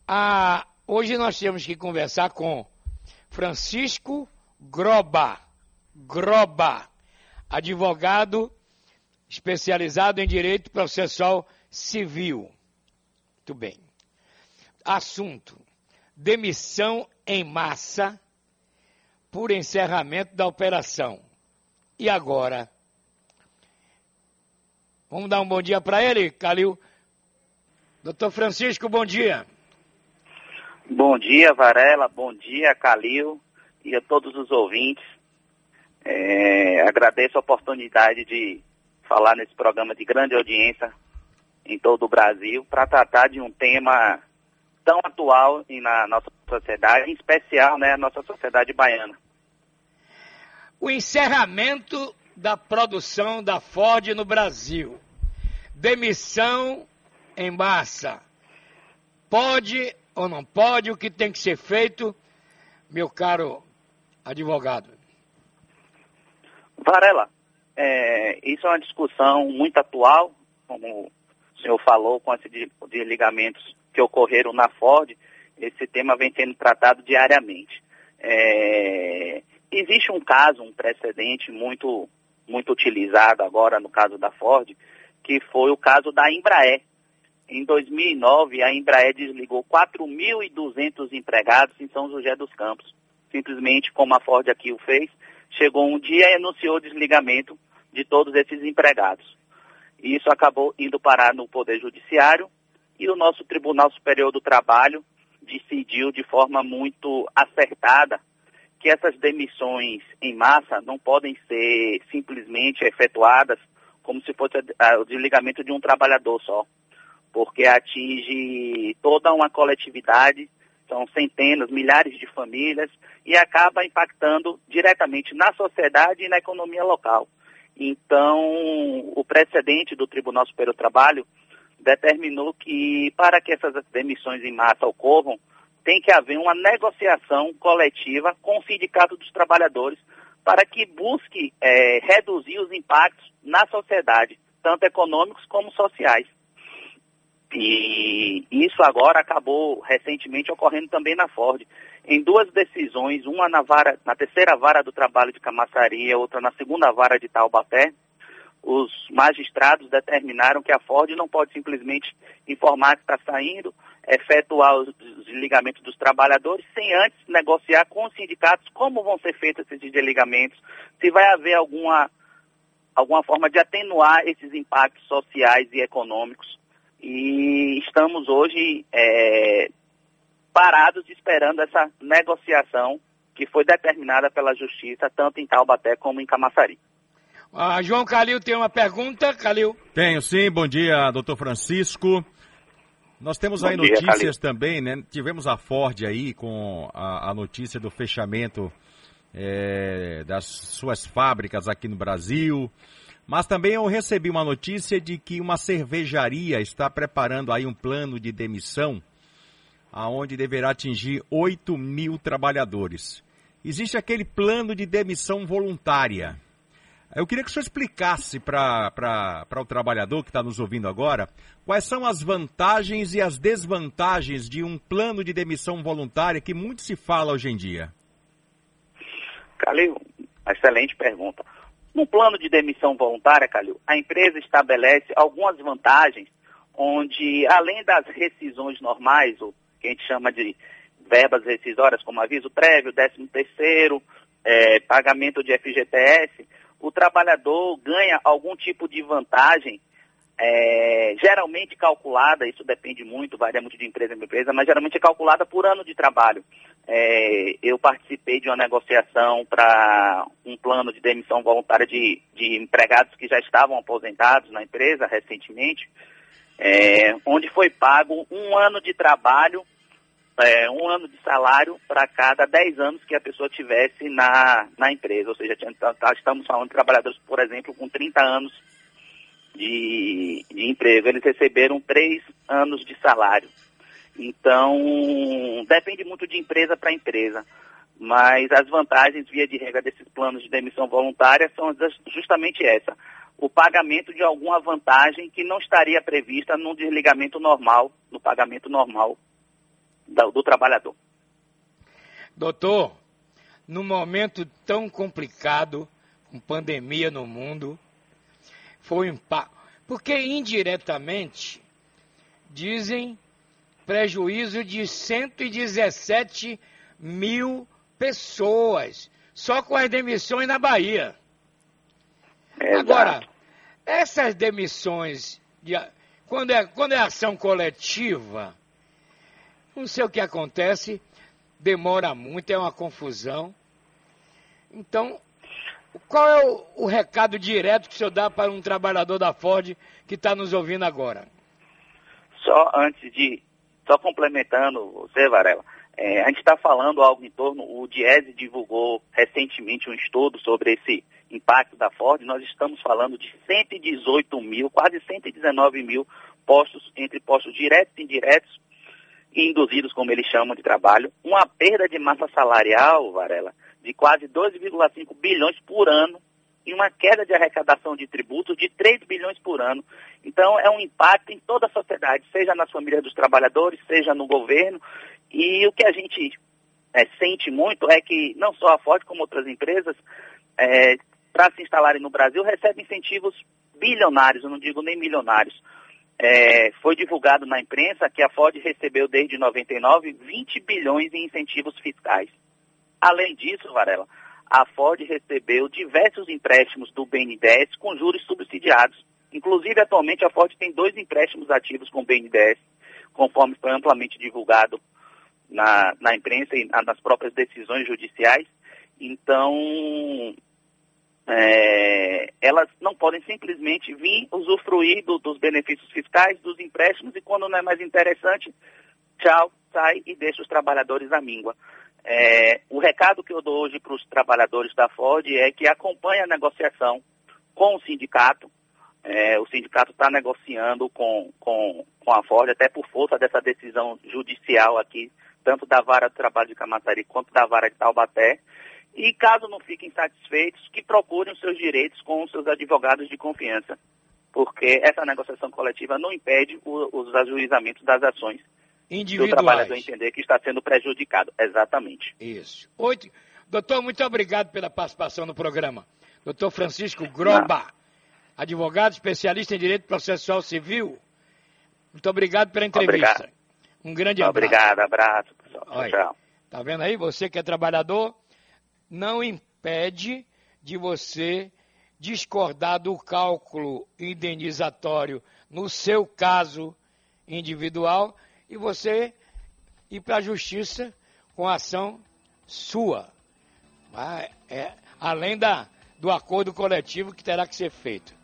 Hoje nós temos que conversar com Francisco Groba, advogado especializado em direito processual civil. Muito bem. Assunto: demissão em massa por encerramento da operação. E agora? Vamos dar um bom dia para ele, Calil? Doutor Francisco, bom dia. Bom dia, Varela, bom dia, Calil, e a todos os ouvintes. Agradeço a oportunidade de falar nesse programa de grande audiência em todo o Brasil para tratar de um tema tão atual na nossa sociedade, em especial, né, a nossa sociedade baiana. O encerramento da produção da Ford no Brasil. Demissão em massa. Pode ou não pode? O que tem que ser feito, meu caro advogado? Varela, isso é uma discussão muito atual, como o senhor falou, com esses desligamentos que ocorreram na Ford. Esse tema vem sendo tratado diariamente. Existe um caso, um precedente muito utilizado agora no caso da Ford, que foi o caso da Embraer. Em 2009, a Embraer desligou 4.200 empregados em São José dos Campos. Simplesmente como a Ford aqui o fez, chegou um dia e anunciou o desligamento de todos esses empregados. E isso acabou indo parar no Poder Judiciário e o nosso Tribunal Superior do Trabalho decidiu de forma muito acertada que essas demissões em massa não podem ser simplesmente efetuadas como se fosse o desligamento de um trabalhador só, porque atinge toda uma coletividade, são centenas, milhares de famílias e acaba impactando diretamente na sociedade e na economia local. Então, o precedente do Tribunal Superior do Trabalho determinou que, para que essas demissões em massa ocorram, tem que haver uma negociação coletiva com o Sindicato dos Trabalhadores para que busque reduzir os impactos na sociedade, tanto econômicos como sociais. E isso agora acabou recentemente ocorrendo também na Ford. Em duas decisões, uma na terceira vara do trabalho de Camaçari, outra na segunda vara de Taubaté, os magistrados determinaram que a Ford não pode simplesmente informar que está saindo, efetuar os desligamentos dos trabalhadores, sem antes negociar com os sindicatos como vão ser feitos esses desligamentos, se vai haver alguma forma de atenuar esses impactos sociais e econômicos. E estamos hoje parados esperando essa negociação que foi determinada pela Justiça, tanto em Taubaté como em Camaçari. João Calil tem uma pergunta, Calil? Tenho sim, bom dia, doutor Francisco. Nós temos aí notícias também, né? Tivemos a Ford aí com a notícia do fechamento das suas fábricas aqui no Brasil. Mas também eu recebi uma notícia de que uma cervejaria está preparando aí um plano de demissão, aonde deverá atingir 8.000 trabalhadores. Existe aquele plano de demissão voluntária. Eu queria que o senhor explicasse para o trabalhador que está nos ouvindo agora, quais são as vantagens e as desvantagens de um plano de demissão voluntária que muito se fala hoje em dia. Calil, excelente pergunta. No plano de demissão voluntária, Calil, a empresa estabelece algumas vantagens, onde além das rescisões normais, o que a gente chama de verbas rescisórias, como aviso prévio, 13º, pagamento de FGTS, o trabalhador ganha algum tipo de vantagem, geralmente calculada, isso depende muito, varia muito de empresa em empresa, mas geralmente é calculada por ano de trabalho. Eu participei de uma negociação para um plano de demissão voluntária de empregados que já estavam aposentados na empresa recentemente, onde foi pago um ano de trabalho, um ano de salário para cada 10 anos que a pessoa tivesse na empresa. Ou seja, estamos falando de trabalhadores, por exemplo, com 30 anos de emprego. Eles receberam 3 anos de salário. Então, depende muito de empresa para empresa. Mas as vantagens, via de regra, desses planos de demissão voluntária são justamente essa. O pagamento de alguma vantagem que não estaria prevista no desligamento normal, no pagamento normal do trabalhador. Doutor, num momento tão complicado, com pandemia no mundo, foi um impacto. Porque indiretamente dizem prejuízo de 117 mil pessoas, só com as demissões na Bahia. Exato. Agora, essas demissões, quando é ação coletiva, não sei o que acontece, demora muito, é uma confusão. Então, qual é o recado direto que o senhor dá para um trabalhador da Ford que está nos ouvindo agora? Só complementando você, Varela, a gente está falando algo em torno, o Diese divulgou recentemente um estudo sobre esse impacto da Ford. Nós estamos falando de 118 mil, quase 119 mil postos, entre postos diretos e indiretos, e induzidos, como eles chamam, de trabalho. Uma perda de massa salarial, Varela, de quase 2,5 bilhões por ano, e uma queda de arrecadação de tributos de 3 bilhões por ano. Então, é um impacto em toda a sociedade, seja nas famílias dos trabalhadores, seja no governo. E o que a gente sente muito é que não só a Ford, como outras empresas, para se instalarem no Brasil, recebem incentivos bilionários, eu não digo nem milionários. Foi divulgado na imprensa que a Ford recebeu desde 99 20 bilhões em incentivos fiscais. Além disso, Varela, a Ford recebeu diversos empréstimos do BNDES com juros subsidiados. Inclusive, atualmente, a Ford tem 2 empréstimos ativos com o BNDES, conforme foi amplamente divulgado na imprensa e nas próprias decisões judiciais. Então, elas não podem simplesmente vir usufruir dos benefícios fiscais, dos empréstimos, e quando não é mais interessante, tchau, sai e deixa os trabalhadores à míngua. O recado que eu dou hoje para os trabalhadores da Ford é que acompanhe a negociação com o sindicato. O sindicato está negociando com a Ford, até por força dessa decisão judicial aqui, tanto da Vara do Trabalho de Camaçari quanto da Vara de Taubaté. E caso não fiquem satisfeitos, que procurem os seus direitos com os seus advogados de confiança, porque essa negociação coletiva não impede os ajuizamentos das ações do trabalhador entender que está sendo prejudicado. Exatamente. Isso. Doutor, muito obrigado pela participação no programa. Doutor Francisco Groba, advogado especialista em Direito Processual Civil. Muito obrigado pela entrevista. Obrigado. Um grande abraço. Obrigado, abraço, pessoal. Olha, tchau. Tá vendo aí? Você que é trabalhador, não impede de você discordar do cálculo indenizatório no seu caso individual e você ir para a justiça com a ação sua. Além do acordo coletivo que terá que ser feito.